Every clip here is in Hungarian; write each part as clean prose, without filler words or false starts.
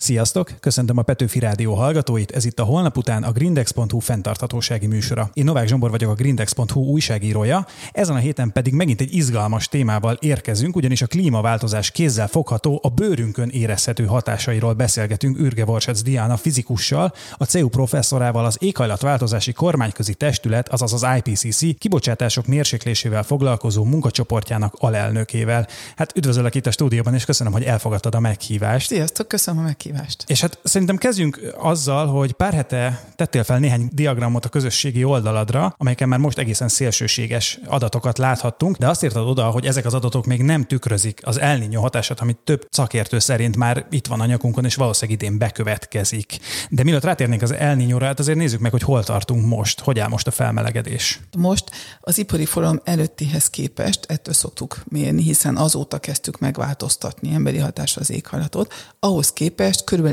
Sziasztok! Köszöntöm a Petőfi Rádió hallgatóit, ez itt a Holnap után a Grindex.hu fenntarthatósági műsora. Én Novák Zsombor vagyok, a Grindex.hu újságírója, ezen a héten pedig megint egy izgalmas témával érkezünk, ugyanis a klímaváltozás kézzel fogható, a bőrünkön érezhető hatásairól beszélgetünk Ürge Vorsac Diana fizikussal, a CEU professzorával, az Éghajlatváltozási Kormányközi Testület, azaz az IPCC kibocsátások mérséklésével foglalkozó munkacsoportjának alelnökével. Hát üdvözöllek itt a stúdióban, és köszönöm, hogy elfogadtad a meghívást. Sziasztok, köszönöm a meghívást. És hát szerintem kezdjünk azzal, hogy pár hete tettél fel néhány diagramot a közösségi oldaladra, amelyeken már most egészen szélsőséges adatokat láthattunk, de azt írtad oda, hogy ezek az adatok még nem tükrözik az El Niño hatását, amit több szakértő szerint már itt van a nyakunkon, és valószínűleg idén bekövetkezik. De mielőtt rátérnénk az El Niñóra, hát azért nézzük meg, hogy hol tartunk most, hogy áll most a felmelegedés. Most az ipari forradalom előttihez képest ettől szoktuk mérni, hiszen azóta kezdtük megváltoztatni emberi hatásra az éghajlatot. Ahhoz képest kb.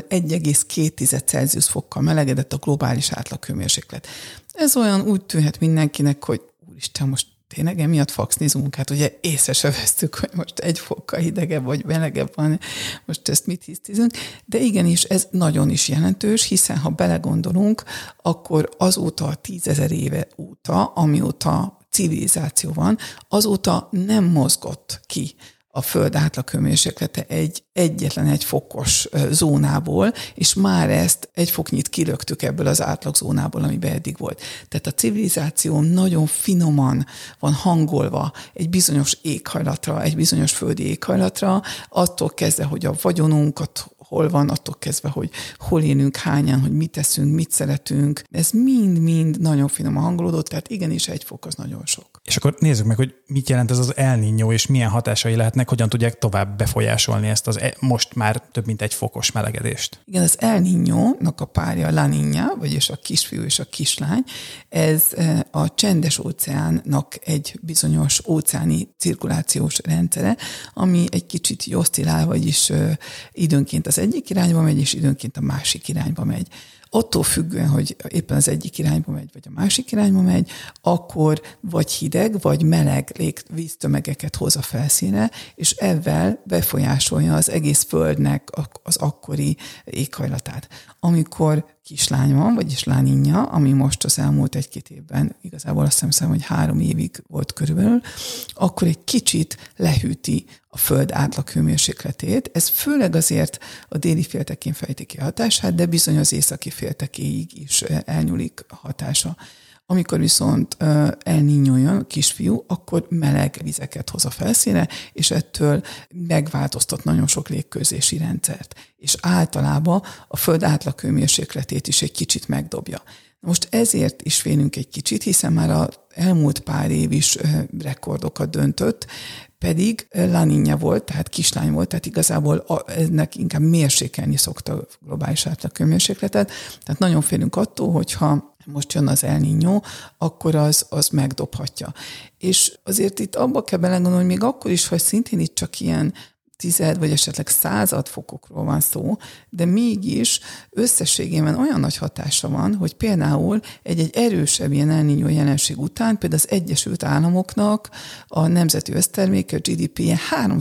1,2 Celsius fokkal melegedett a globális átlaghőmérséklet. Ez olyan úgy tűnhet mindenkinek, hogy úristen, most tényleg emiatt faxnizunk, hát ugye észre se vesztük, hogy most 1 fokkal hidegebb vagy melegebb van, most ezt mit hisztizünk, de igenis ez nagyon is jelentős, hiszen ha belegondolunk, akkor azóta 10 000 éve óta, amióta civilizáció van, azóta nem mozgott ki a Föld átlaghőmérséklete egyetlen 1 fokos zónából, és már ezt 1 foknyit kilöktük ebből az átlagzónából, amiben eddig volt. Tehát a civilizáció nagyon finoman van hangolva egy bizonyos éghajlatra, egy bizonyos földi éghajlatra, attól kezdve, hogy a vagyonunkat hol van, attól kezdve, hogy hol élünk, hányan, hogy mit teszünk, mit szeretünk. Ez mind-mind nagyon finoman hangolódott, tehát igenis 1 fok az nagyon sok. És akkor nézzük meg, hogy mit jelent ez az El Niño, és milyen hatásai lehetnek, hogyan tudják tovább befolyásolni ezt az most már több mint 1 fokos melegedést. Igen, az El Niñónak a párja a La Niña, vagyis a kisfiú és a kislány, ez a csendes óceánnak egy bizonyos óceáni cirkulációs rendszere, ami egy kicsit oszcillál, vagyis időnként az egyik irányba megy, és időnként a másik irányba megy. Attól függően, hogy éppen az egyik irányba megy, vagy a másik irányba megy, akkor vagy hideg, vagy meleg víztömegeket hoz a felszínre, és ezzel befolyásolja az egész Földnek az akkori éghajlatát. Amikor kislány van, vagyis La Niña, ami most az elmúlt 1-2 évben, igazából azt hiszem, hogy 3 évig volt körülbelül, akkor egy kicsit lehűti a Föld átlaghőmérsékletét. Ez főleg azért a déli féltekén fejti ki hatását, de bizony az északi féltekéig is elnyúlik a hatása. Amikor viszont El Niño jön, kisfiú, akkor meleg vizeket hoz a felszínre, és ettől megváltoztat nagyon sok légkőzési rendszert. És általában a Föld átlaghőmérsékletét is egy kicsit megdobja. Most ezért is félünk egy kicsit, hiszen már az elmúlt pár év is rekordokat döntött, pedig La Niña volt, tehát kislány volt, tehát igazából ennek inkább mérsékelni szokta a globális átlaghőmérsékletet. Tehát nagyon félünk attól, hogyha most jön az El Niño, akkor az megdobhatja. És azért itt abba kell belegondolni, hogy még akkor is, hogy szintén itt csak ilyen 10 vagy esetleg 100 fokokról van szó, de mégis összességében olyan nagy hatása van, hogy például egy erősebb ilyen El Niño jelenség után például az Egyesült Államoknak a nemzeti összterméke, a GDP-je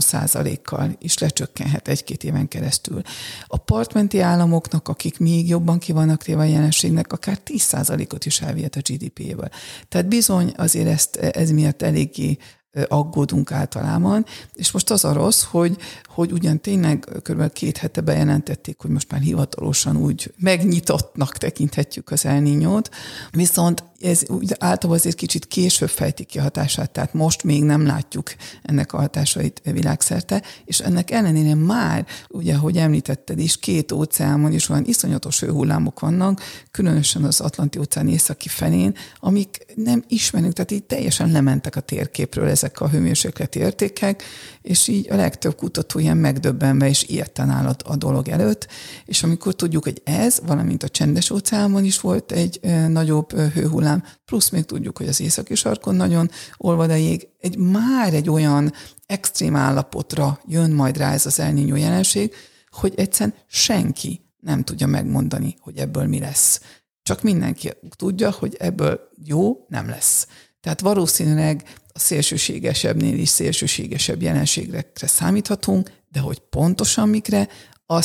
3%-kal is lecsökkenhet 1-2 éven keresztül. A partmenti államoknak, akik még jobban ki vannak téve a jelenségnek, akár 10%-ot is elvihet a GDP-jéből. Tehát bizony azért ez miatt eléggé aggódunk általában, és most az a rossz, hogy ugyan tényleg kb. 2 hete bejelentették, hogy most már hivatalosan úgy megnyitottnak tekinthetjük az El Niñót, viszont ez általában azért kicsit később fejtik ki a hatását, tehát most még nem látjuk ennek a hatásait világszerte, és ennek ellenére már, ugye, ahogy említetted is, 2 óceánban is olyan iszonyatos hőhullámok vannak, különösen az Atlanti-óceán északi felén, amik nem ismerünk, tehát így teljesen lementek a térképről ezek a hőmérsékleti értékek, és így a legtöbb kutató ilyen megdöbbenve és ilyetten áll a dolog előtt, és amikor tudjuk, hogy ez, valamint a csendes óceánban is volt egy nagyobb hőhullám, plusz még tudjuk, hogy az északi sarkon nagyon olvad a jég, már egy olyan extrém állapotra jön majd rá ez az El Niño jelenség, hogy egyszerűen senki nem tudja megmondani, hogy ebből mi lesz. Csak mindenki tudja, hogy ebből jó nem lesz. Tehát valószínűleg a szélsőségesebbnél is szélsőségesebb jelenségekre számíthatunk, de hogy pontosan mikre, azt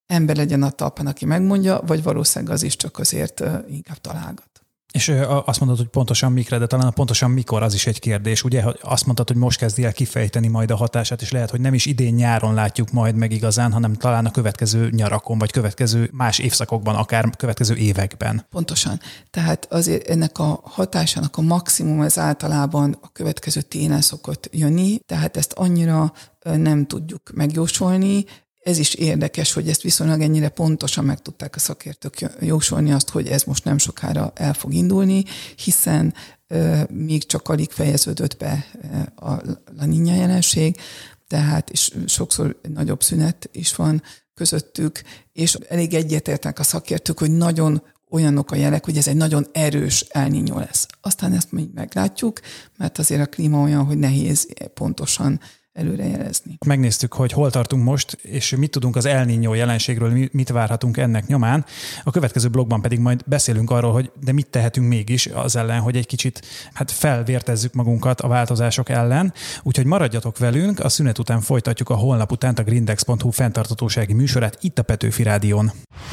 ember legyen a talpán, aki megmondja, vagy valószínűleg az is csak azért inkább találgat. És azt mondod, hogy pontosan mikre, de talán a pontosan mikor az is egy kérdés. Ugye azt mondtad, hogy most kezdi el kifejteni majd a hatását, és lehet, hogy nem is idén nyáron látjuk majd meg igazán, hanem talán a következő nyarakon, vagy következő más évszakokban, akár következő években. Pontosan. Tehát azért ennek a hatásának a maximum az általában a következő télen szokott jönni, tehát ezt annyira nem tudjuk megjósolni. Ez is érdekes, hogy ezt viszonylag ennyire pontosan meg tudták a szakértők jósolni azt, hogy ez most nem sokára el fog indulni, hiszen még csak alig fejeződött be a La Niña jelenség, tehát és sokszor nagyobb szünet is van közöttük, és elég egyetértenek a szakértők, hogy nagyon olyanok a jelek, hogy ez egy nagyon erős El Niño lesz. Aztán ezt mi meglátjuk, mert azért a klíma olyan, hogy nehéz pontosan előrejelezni. Megnéztük, hogy hol tartunk most, és mit tudunk az El Niño jelenségről, mit várhatunk ennek nyomán. A következő blogban pedig majd beszélünk arról, hogy de mit tehetünk mégis az ellen, hogy egy kicsit felvértezzük magunkat a változások ellen. Úgyhogy maradjatok velünk, a szünet után folytatjuk a holnap után a grindex.hu fenntarthatósági műsorát itt a Petőfi Rádión.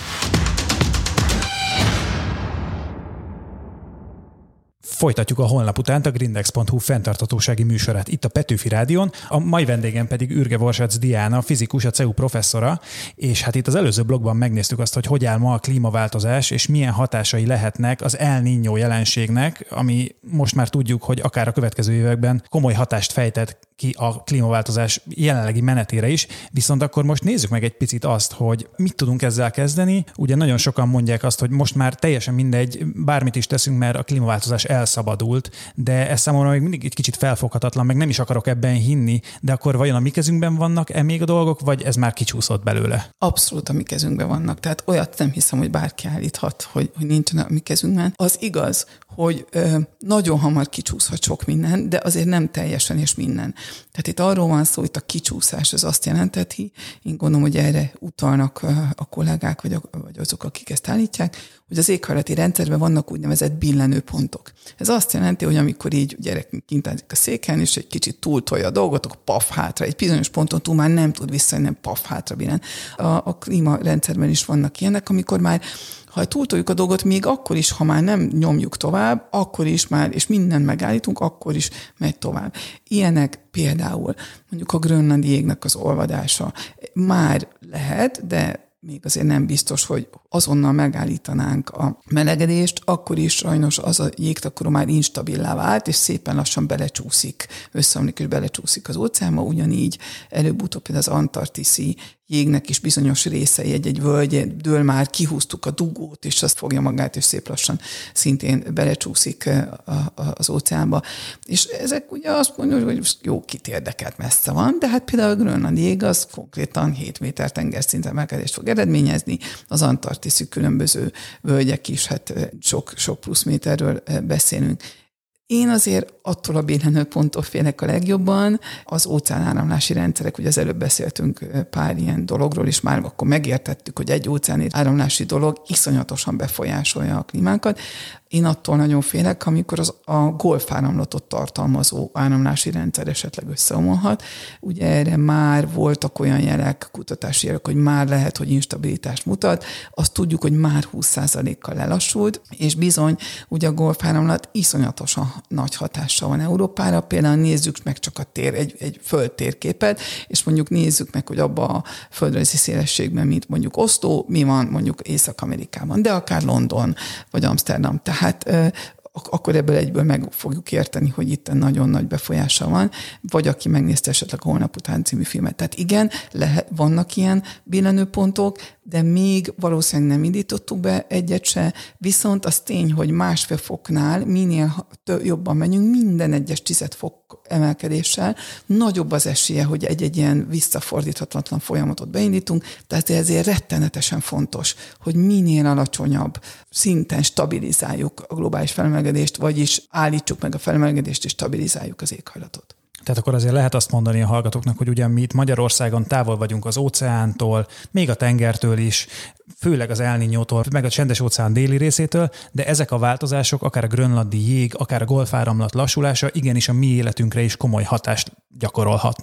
Folytatjuk a holnap után a grindex.hu fenntarthatósági műsorát itt a Petőfi Rádión. A mai vendégem pedig Ürge Vorsac Diana, fizikus, a CEU professzora, és hát itt az előző blogban megnéztük azt, hogy áll ma a klímaváltozás, és milyen hatásai lehetnek az El Niño jelenségnek, ami most már tudjuk, hogy akár a következő években komoly hatást fejtett ki a klímaváltozás jelenlegi menetére is, viszont akkor most nézzük meg egy picit azt, hogy mit tudunk ezzel kezdeni. Ugye nagyon sokan mondják azt, hogy most már teljesen mindegy, bármit is teszünk, mert a klímaváltozás elszabadult, de ez számomra még mindig egy kicsit felfoghatatlan, meg nem is akarok ebben hinni, de akkor vajon a mi kezünkben vannak még a dolgok, vagy ez már kicsúszott belőle? Abszolút a mi kezünkben vannak, tehát olyat nem hiszem, hogy bárki állíthat, hogy nincsen a mi kezünkben. Az igaz, hogy nagyon hamar kicsúszhat sok minden, de azért nem teljesen és minden. Tehát itt arról van szó, itt a kicsúszás az azt jelenteti, én gondolom, hogy erre utalnak a kollégák, vagy azok, akik ezt állítják, hogy az éghajlati rendszerben vannak úgynevezett billenőpontok. Ez azt jelenti, hogy amikor így gyerek kintázik a széken, és egy kicsit túltolja a dolgot, akkor paf hátra. Egy bizonyos ponton túl már nem tud visszajönni, nem paf hátra billen. A klímarendszerben is vannak ilyenek, amikor már ha túltoljuk a dolgot, még akkor is, ha már nem nyomjuk tovább, akkor is már, és mindent megállítunk, akkor is megy tovább. Ilyenek például mondjuk a grönlandi jégnek az olvadása. Már lehet, de még azért nem biztos, hogy azonnal megállítanánk a melegedést, akkor is sajnos az a jégtakaró már instabilá vált, és szépen lassan belecsúszik, összeomlik és belecsúszik az óceánba, ugyanígy előbb-utóbb például az antarktiszi jégnek is bizonyos részei egy völgyedől már kihúztuk a dugót, és azt fogja magát, és szép lassan szintén belecsúszik az óceánba. És ezek ugye azt mondjuk, hogy jó, kit érdekelt, messze van, de hát például a grönlandi jég az konkrétan 7 méter tengerszint emelkedést fog eredményezni, az antarktiszi különböző völgyek is, hát sok plusz méterről beszélünk. Én azért attól a billenőponttól félek a legjobban, az óceánáramlási rendszerek, ugye az előbb beszéltünk pár ilyen dologról, és már akkor megértettük, hogy egy óceáni áramlási dolog iszonyatosan befolyásolja a klímánkat. Én attól nagyon félek, amikor a golfáramlatot tartalmazó áramlási rendszer esetleg összeomolhat. Ugye erre már voltak olyan jelek, kutatási jelek, hogy már lehet, hogy instabilitást mutat. Azt tudjuk, hogy már 20%-kal lelassult, és bizony, ugye a golfáramlat iszonyatosan nagy hatással van Európára. Például nézzük meg csak egy földtérképet, és mondjuk nézzük meg, hogy abban a földrajzi szélességben, mint mondjuk Oszló, mi van mondjuk Észak-Amerikában, de akár London, vagy Amsterdam. Tehát akkor ebből egyből meg fogjuk érteni, hogy itt nagyon nagy befolyása van, vagy aki megnézte esetleg a Holnap után című filmet. Tehát igen, vannak ilyen billenőpontok, de még valószínűleg nem indítottuk be egyet se, viszont az tény, hogy 1,5 foknál minél jobban megyünk, minden egyes 10 fok emelkedéssel nagyobb az esélye, hogy egy ilyen visszafordíthatatlan folyamatot beindítunk, tehát ezért rettenetesen fontos, hogy minél alacsonyabb szinten stabilizáljuk a globális felmelegedést, vagyis állítsuk meg a felmelegedést és stabilizáljuk az éghajlatot. Tehát akkor azért lehet azt mondani a hallgatóknak, hogy ugyan mi itt Magyarországon távol vagyunk az óceántól, még a tengertől is, főleg az El Niñótól, meg a Csendes-óceán déli részétől, de ezek a változások, akár a grönlandi jég, akár a golfáramlat lassulása igenis a mi életünkre is komoly hatást gyakorolhatnak.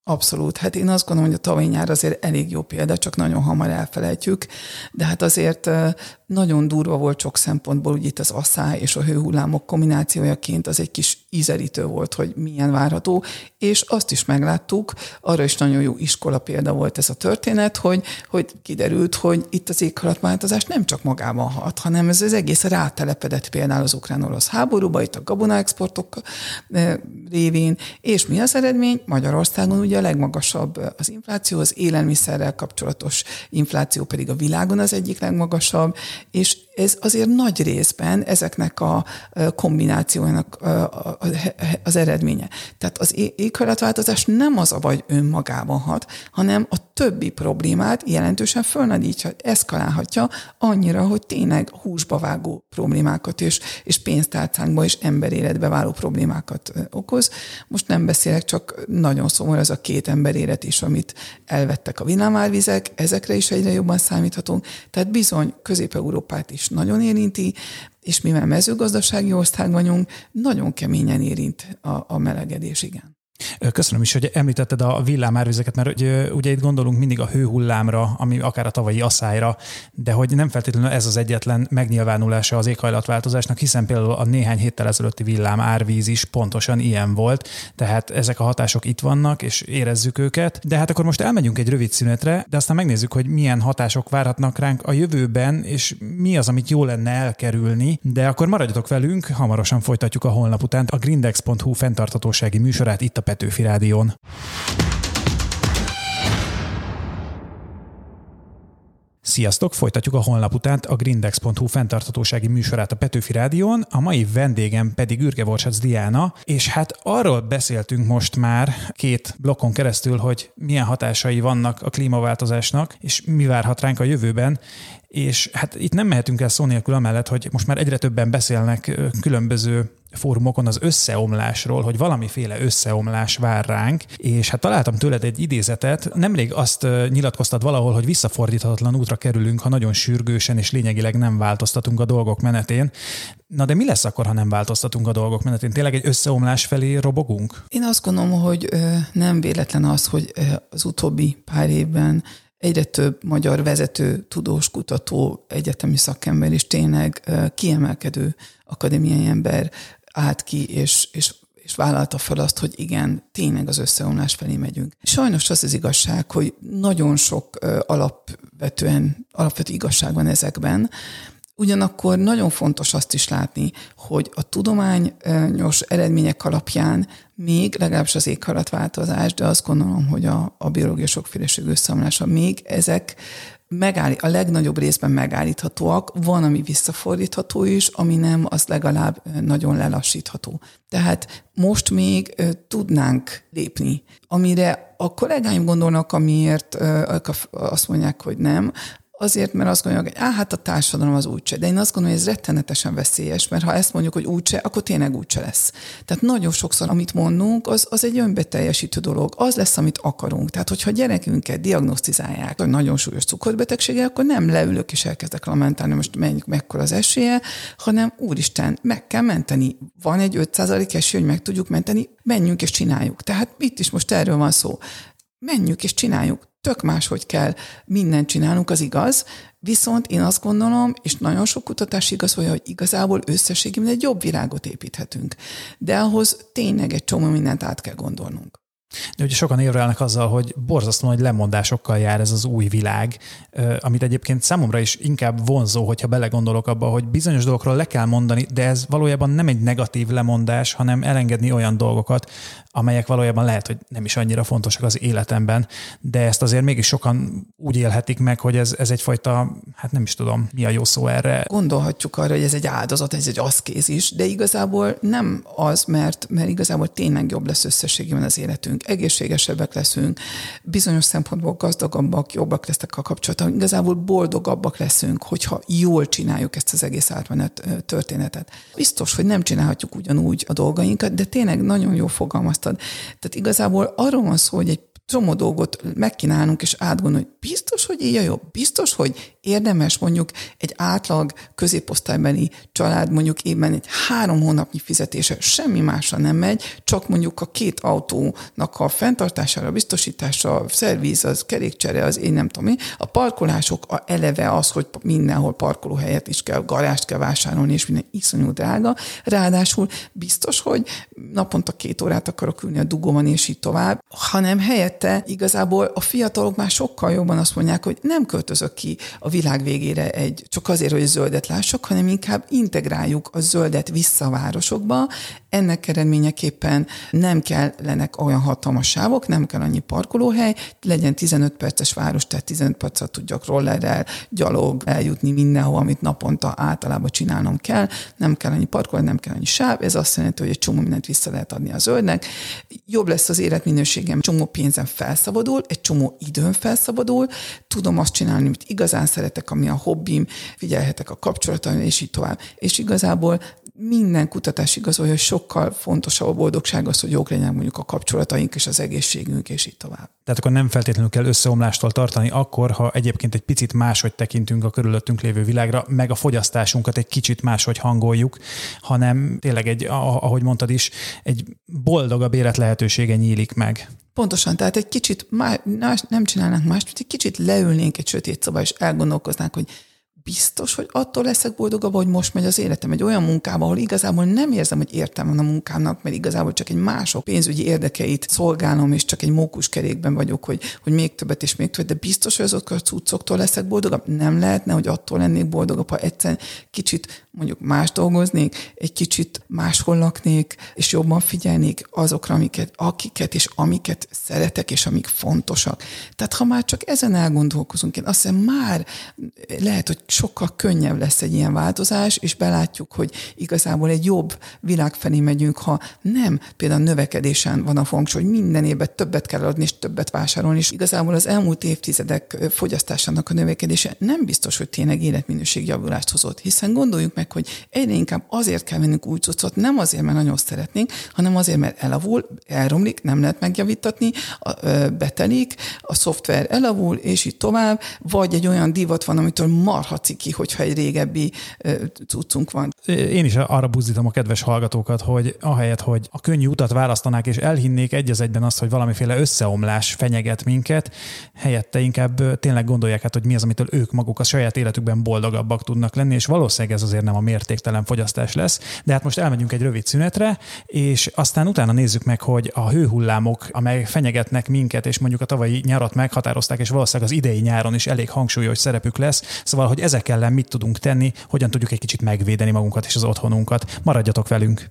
Abszolút. Hát én azt gondolom, hogy a tavalyi nyár azért elég jó példa, csak nagyon hamar elfelejtjük, de hát azért nagyon durva volt sok szempontból, úgy itt az asszály és a hőhullámok kombinációjaként az egy kis ízelítő volt, hogy milyen várható, és azt is megláttuk, arra is nagyon jó iskola példa volt ez a történet, hogy kiderült, hogy itt az éghajlatváltozás nem csak magában hat, hanem ez az egész rátelepedett például az ukrán-orosz háborúba, itt a gabonaexportok révén, és mi az eredmény? Magyarországon ugye a legmagasabb az infláció, az élelmiszerrel kapcsolatos infláció pedig a világon az egyik legmagasabb, és ez azért nagy részben ezeknek a kombinációjának az eredménye. Tehát az éghajlatváltozás nem az a baj önmagában hat, hanem a többi problémát jelentősen fölnagyítja, eszkalálhatja annyira, hogy tényleg húsba vágó problémákat és pénztárcánkba és emberéletbe váló problémákat okoz. Most nem beszélek, csak nagyon szomorú az a 2 emberélet is, amit elvettek a villámárvizek, ezekre is egyre jobban számíthatunk. Tehát bizony Közép-Európát is nagyon érinti, és mivel mezőgazdasági ország vagyunk, nagyon keményen érint a melegedés, igen. Köszönöm is, hogy említetted a villámárvizeket, mert ugye itt gondolunk mindig a hőhullámra, ami akár a tavalyi asszályra, de hogy nem feltétlenül ez az egyetlen megnyilvánulása az éghajlatváltozásnak, hiszen például a néhány héttel ezelőtti villámárvíz is pontosan ilyen volt, tehát ezek a hatások itt vannak, és érezzük őket. De hát akkor most elmegyünk egy rövid szünetre, de aztán megnézzük, hogy milyen hatások várhatnak ránk a jövőben, és mi az, amit jó lenne elkerülni, de akkor maradjatok velünk, hamarosan folytatjuk a holnap után a grindex.hu fenntarthatósági műsorát itt a Petőfi Rádión. Sziasztok! Folytatjuk a holnap után a grindex.hu fenntarthatósági műsorát a Petőfi Rádión, a mai vendégem pedig Ürge Borsac Diana, és hát arról beszéltünk most már 2 blokkon keresztül, hogy milyen hatásai vannak a klímaváltozásnak, és mi várhat ránk a jövőben, és hát itt nem mehetünk el szó nélkül amellett, hogy most már egyre többen beszélnek különböző fórumokon az összeomlásról, hogy valamiféle összeomlás vár ránk, és hát találtam tőled egy idézetet. Nemrég azt nyilatkoztad valahol, hogy visszafordíthatatlan útra kerülünk, ha nagyon sürgősen és lényegileg nem változtatunk a dolgok menetén. Na de mi lesz akkor, ha nem változtatunk a dolgok menetén? Tényleg egy összeomlás felé robogunk? Én azt gondolom, hogy nem véletlen az, hogy az utóbbi pár évben egyre több magyar vezető, tudós, kutató, egyetemi szakember is tényleg kiemelkedő akadémiai ember állt ki, és vállalta fel azt, hogy igen, tényleg az összeomlás felé megyünk. Sajnos az igazság, hogy nagyon sok alapvető igazság van ezekben, ugyanakkor nagyon fontos azt is látni, hogy a tudományos eredmények alapján még legalábbis az éghajlatváltozás, de azt gondolom, hogy a biológiai sokféleség összeomlása még ezek a legnagyobb részben megállíthatóak, van, ami visszafordítható is, ami nem, az legalább nagyon lelassítható. Tehát most még tudnánk lépni, amire a kollégáim gondolnak, amiért azt mondják, hogy nem, azért, mert azt gondolják, hogy hát a társadalom az úgyse. De én azt gondolom, hogy ez rettenetesen veszélyes, mert ha ezt mondjuk, hogy úgyse, akkor tényleg úgyse lesz. Tehát nagyon sokszor, amit mondunk, az egy önbeteljesítő dolog. Az lesz, amit akarunk. Tehát, hogyha gyerekünket diagnosztizálják, hogy nagyon súlyos cukorbetegsége, akkor nem leülök és elkezdek lamentálni, most menjünk mekkora az esélye, hanem úristen, meg kell menteni. Van egy 5% esély, hogy meg tudjuk menteni, menjünk és csináljuk. Tehát itt is most erről van szó. Menjünk és csináljuk. Tök máshogy kell mindent csinálnunk, az igaz, viszont én azt gondolom, és nagyon sok kutatás igazolja, hogy igazából összességében egy jobb világot építhetünk. De ahhoz tényleg egy csomó mindent át kell gondolnunk. De ugye sokan érvelnek azzal, hogy borzasztóan nagy lemondásokkal jár ez az új világ, amit egyébként számomra is inkább vonzó, hogyha belegondolok abba, hogy bizonyos dolgokról le kell mondani, de ez valójában nem egy negatív lemondás, hanem elengedni olyan dolgokat, amelyek valójában lehet, hogy nem is annyira fontosak az életemben, de ezt azért mégis sokan úgy élhetik meg, hogy ez egyfajta, hát nem is tudom, mi a jó szó erre. Gondolhatjuk arra, hogy ez egy áldozat, ez egy aszkézis, de igazából nem az, mert igazából tényleg jobb lesz összességében az életünk. Egészségesebbek leszünk, bizonyos szempontból gazdagabbak, jobbak lesznek a kapcsolatok, igazából boldogabbak leszünk, hogyha jól csináljuk ezt az egész átmenet történetet. Biztos, hogy nem csinálhatjuk ugyanúgy a dolgainkat, de tényleg nagyon jó fogalmaztad. Tehát igazából arról van szó, hogy egy csomó dolgot megkínálunk és átgondolni, hogy biztos, hogy így a jobb, biztos, hogy érdemes mondjuk egy átlag középosztálybeli család mondjuk évben egy 3 hónapnyi fizetése semmi másra nem megy, csak mondjuk a 2 autónak a fenntartására, biztosítása, szerviz, az kerékcsere, az én nem tudom én, a parkolások, eleve az, hogy mindenhol parkolóhelyet is kell, garást kell vásárolni, és minden iszonyú drága. Ráadásul biztos, hogy naponta 2 órát akarok ülni a dugóban, és így tovább, hanem helyette igazából a fiatalok már sokkal jobban azt mondják, hogy nem költözök ki a világ végére csak azért, hogy zöldet lássak, hanem inkább integráljuk a zöldet vissza a városokba. Ennek eredményeképpen nem kellenek olyan hatalmas sávok, nem kell annyi parkolóhely, legyen 15 perces város, tehát 15 percet tudjak rollerrel, gyalog eljutni mindenhol, amit naponta általában csinálnom kell, nem kell annyi parkolóhely, nem kell annyi sáv, ez azt jelenti, hogy egy csomó mindent vissza lehet adni a zöldnek. Jobb lesz az életminőségem, csomó pénzem felszabadul, egy csomó időm felszabadul, tudom azt csinálni, amit igazán szeretek, ami a hobbim, figyelhetek a kapcsolataim, és így tovább. És igazából minden kutatás igazolja, hogy sokkal fontosabb a boldogság az, hogy jók legyenek mondjuk a kapcsolataink és az egészségünk, és így tovább. Tehát akkor nem feltétlenül kell összeomlástól tartani akkor, ha egyébként egy picit máshogy tekintünk a körülöttünk lévő világra, meg a fogyasztásunkat egy kicsit máshogy hangoljuk, hanem tényleg ahogy mondtad is, egy boldogabb élet lehetősége nyílik meg. Pontosan, tehát egy kicsit nem csinálnánk mást, egy kicsit leülnénk egy sötét szobába, és elgondolkoznánk, hogy biztos, hogy attól leszek boldogabb, hogy most megy az életem egy olyan munkába, ahol igazából nem érzem, hogy értelme van a munkámnak, mert igazából csak egy mások pénzügyi érdekeit szolgálom, és csak egy mókuskerékben vagyok, hogy még többet és még többet, de biztos, hogy azokkal a cuccoktól leszek boldogabb. Nem lehetne, hogy attól lennék boldogabb, ha egyszerűen kicsit mondjuk más dolgoznék, egy kicsit máshol laknék, és jobban figyelnék azokra, akiket és amiket szeretek, és amik fontosak. Tehát ha már csak ezen elgondolkozunk, én azt hiszem már lehet, hogy sokkal könnyebb lesz egy ilyen változás, és belátjuk, hogy igazából egy jobb világ felé megyünk, ha nem például növekedésen van a hangsúly, hogy minden évben többet kell adni, és többet vásárolni, és igazából az elmúlt évtizedek fogyasztásának a növekedése nem biztos, hogy tényleg életminőségjavulást hozott, hiszen gondoljuk meg, hogy egyre inkább azért kell vennünk új cuccot, nem azért, mert nagyon szeretnénk, hanem azért, mert elavul, elromlik, nem lehet megjavítatni, betelik, a szoftver elavul, és így tovább, vagy egy olyan divat van, amitől marha ciki, hogyha egy régebbi cuccunk van. Én is arra buzdítom a kedves hallgatókat, hogy ahelyett, hogy a könnyű utat választanák, és elhinnék egy az egyben azt, hogy valamiféle összeomlás fenyeget minket, helyette inkább tényleg gondolják át, hogy mi az, amitől ők maguk a saját életükben boldogabbak tudnak lenni, és valószínűleg ez azért nem a mértéktelen fogyasztás lesz. De hát most elmegyünk egy rövid szünetre, és aztán utána nézzük meg, hogy a hőhullámok, amelyek fenyegetnek minket, és mondjuk a tavalyi nyarat meghatározták, és valószínűleg az idei nyáron is elég hangsúlyos szerepük lesz. Szóval, hogy ezek ellen mit tudunk tenni, hogyan tudjuk egy kicsit megvédeni magunkat és az otthonunkat. Maradjatok velünk!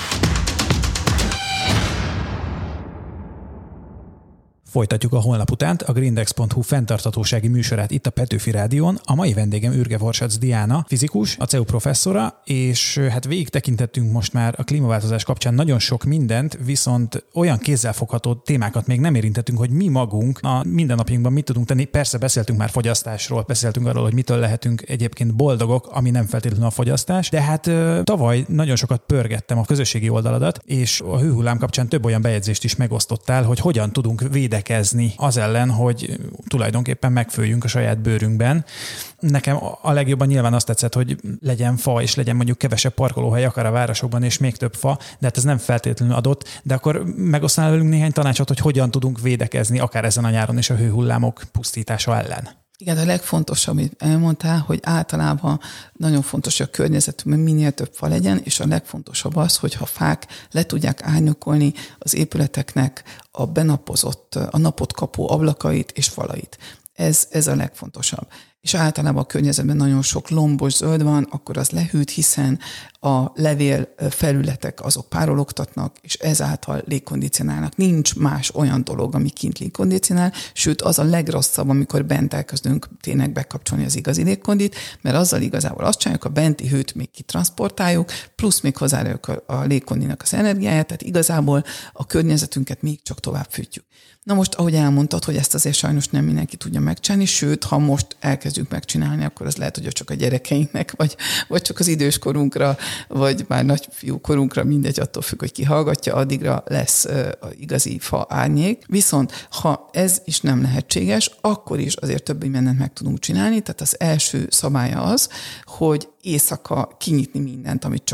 Folytatjuk a holnap utánt a grindex.hu fenntarthatósági műsorát itt a Petőfi Rádión. A mai vendégem Ürge Vorsac Diana, fizikus, a CEU professzora, és hát végig tekintettünk most már a klímaváltozás kapcsán nagyon sok mindent, viszont olyan kézzelfogható témákat még nem érintettünk, hogy mi magunk a mindennapjunkban mit tudunk tenni. Persze beszéltünk már fogyasztásról, beszéltünk arról, hogy mitől lehetünk egyébként boldogok, ami nem feltétlenül a fogyasztás, de hát tavaly nagyon sokat pörgettem a közösségi oldaladat, és a hőhullám kapcsán több olyan bejegyzést is megosztottál, hogy hogyan tudunk védekezni az ellen, hogy tulajdonképpen megfőjünk a saját bőrünkben. Nekem a legjobban nyilván azt tetszett, hogy legyen fa, és legyen mondjuk kevesebb parkolóhely akár a városokban, és még több fa, de hát ez nem feltétlenül adott. De akkor megosztnál velünk néhány tanácsot, hogy hogyan tudunk védekezni akár ezen a nyáron is a hőhullámok pusztítása ellen. Igen, a legfontosabb, amit elmondtál, hogy általában nagyon fontos, hogy a környezetünkben minél több fa legyen, és a legfontosabb az, hogy ha fák le tudják árnyékolni az épületeknek a benapozott, a napot kapó ablakait és falait. Ez a legfontosabb. És általában a környezetben nagyon sok lombos zöld van, akkor az lehűt, hiszen a levél felületek azok párologtatnak, és ezáltal légkondicionálnak. Nincs más olyan dolog, ami kint légkondicionál, sőt az a legrosszabb, amikor bent elkezdünk tényleg bekapcsolni az igazi légkondit, mert azzal igazából azt csináljuk, a benti hőt még kitranszportáljuk, plusz még hozzárakjuk a légkondinak az energiáját, tehát igazából a környezetünket még csak tovább fűtjük. Na most, ahogy elmondtad, hogy ezt azért sajnos nem mindenki tudja megcsinálni, sőt, ha most elkezdjük megcsinálni, akkor az lehet, hogy csak a gyerekeinknek, vagy csak az időskorunkra, vagy már nagyfiúkorunkra, mindegy, attól függ, hogy ki hallgatja, addigra lesz igazi fa árnyék. Viszont, ha ez is nem lehetséges, akkor is azért több mindent meg tudunk csinálni. Tehát az első szabálya az, hogy éjszaka kinyitni mindent, amit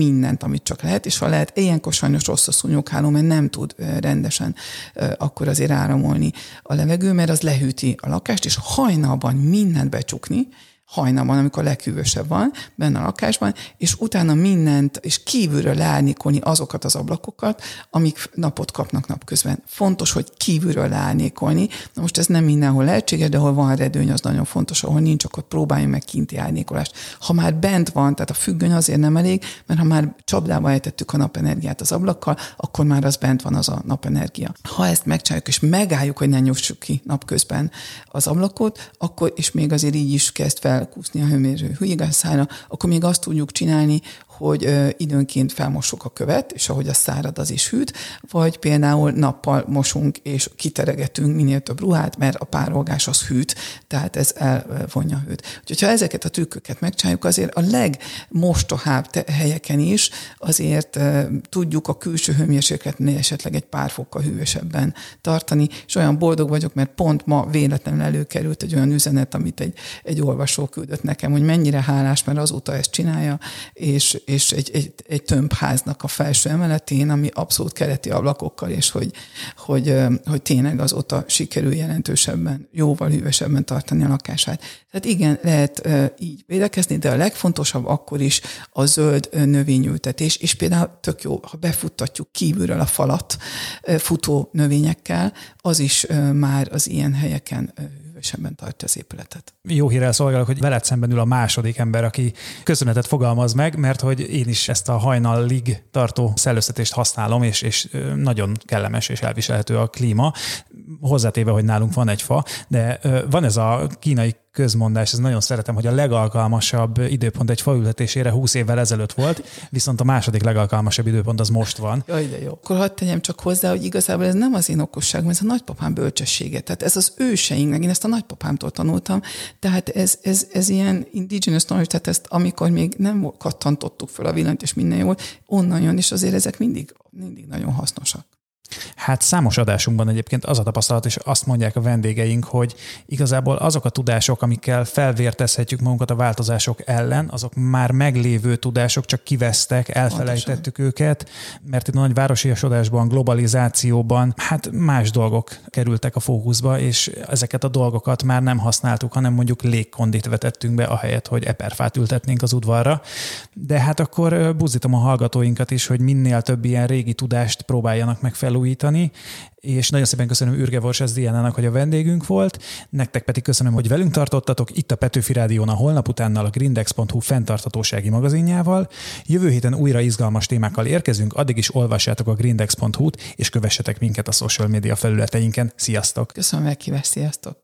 csak lehet, és ha lehet, ilyenkor sajnos rossz a szúnyogháló, mert nem tud rendesen akkor azért áramolni a levegő, mert az lehűti a lakást, és hajnalban mindent becsukni, hajnalban, amikor leghűvösebb van benne a lakásban, és utána mindent, és kívülről leárnyékolni azokat az ablakokat, amik napot kapnak napközben. Fontos, hogy kívülről leárnyékolni. Na most ez nem mindenhol lehetséges, de ahol van redőny, az nagyon fontos, ahol nincs, akkor próbáljunk meg kinti árnyékolást. Ha már bent van, tehát a függöny azért nem elég, mert ha már csapdába ejtettük a napenergiát az ablakkal, akkor már az bent van az a napenergia. Ha ezt megcsináljuk, és megálljuk, hogy ne nyussuk ki napközben az ablakot, akkor, és még azért így is kezd felkúszni a hőmérő hűigászára, akkor még azt tudjuk csinálni, hogy időnként felmossuk a követ, és ahogy az szárad, az is hűt, vagy például nappal mosunk, és kiteregetünk minél több ruhát, mert a párolgás az hűt, tehát ez elvonja a hőt. Úgyhogy ha ezeket a trükköket megcsináljuk, azért a legmostohább helyeken is azért tudjuk a külső hőmérsékletnél esetleg egy pár fokkal hűvösebben tartani, és olyan boldog vagyok, mert pont ma véletlenül előkerült egy olyan üzenet, amit egy olvasó küldött nekem, hogy mennyire hálás, mert azóta ezt csinálja, és egy tömbháznak a felső emeletén, ami abszolút keleti ablakokkal, és hogy tényleg azóta sikerül jelentősebben, jóval hűvösebben tartani a lakását. Tehát igen, lehet így védekezni, de a legfontosabb akkor is a zöld növényültetés, és például tök jó, ha befuttatjuk kívülről a falat futó növényekkel, az is már az ilyen helyeken hűvösebben tartja az épületet. Jó hírrel szolgálok, hogy veled szemben ül a második ember, aki köszönetet fogalmaz meg, mert hogy én is ezt a hajnalig tartó szellőztetést használom, és nagyon kellemes és elviselhető a klíma. Hozzátéve, hogy nálunk van egy fa, de van ez a kínai közmondás, ez nagyon szeretem, hogy a legalkalmasabb időpont egy faültetésére 20 évvel ezelőtt volt, viszont a második legalkalmasabb időpont az most van. Jaj, de jó. Akkor hadd tegyem csak hozzá, hogy igazából ez nem az én okosságom, ez a nagypapám bölcsessége. Tehát ez az őseinknek, én ezt a nagypapámtól tanultam, tehát ez ilyen indigenous knowledge, tehát ezt amikor még nem kattantottuk fel a villanyt, és minden jó, onnan jön, és azért ezek mindig nagyon hasznosak. Hát számos adásunkban egyébként az a tapasztalat, és azt mondják a vendégeink, hogy igazából azok a tudások, amikkel felvértezhetjük magunkat a változások ellen, azok már meglévő tudások, csak kivesztek, elfelejtettük őket, mert itt a nagy városiasodásban, globalizációban, hát más dolgok kerültek a fókuszba, és ezeket a dolgokat már nem használtuk, hanem mondjuk légkondit vetettünk be, ahelyett, hogy eperfát ültetnénk az udvarra. De hát akkor buzdítom a hallgatóinkat is, hogy minél több ilyen régi tudást próbáljanak meg felújítani, és nagyon szépen köszönöm Ürge Vorsász Diánának, hogy a vendégünk volt, nektek pedig köszönöm, hogy velünk tartottatok itt a Petőfi Rádión a Holnap utánnal, a Grindex.hu fenntarthatósági magazinjával. Jövő héten újra izgalmas témákkal érkezünk, addig is olvassátok a Grindex.hu-t, és kövessetek minket a social media felületeinken. Sziasztok! Köszönöm, meghívást, sziasztok!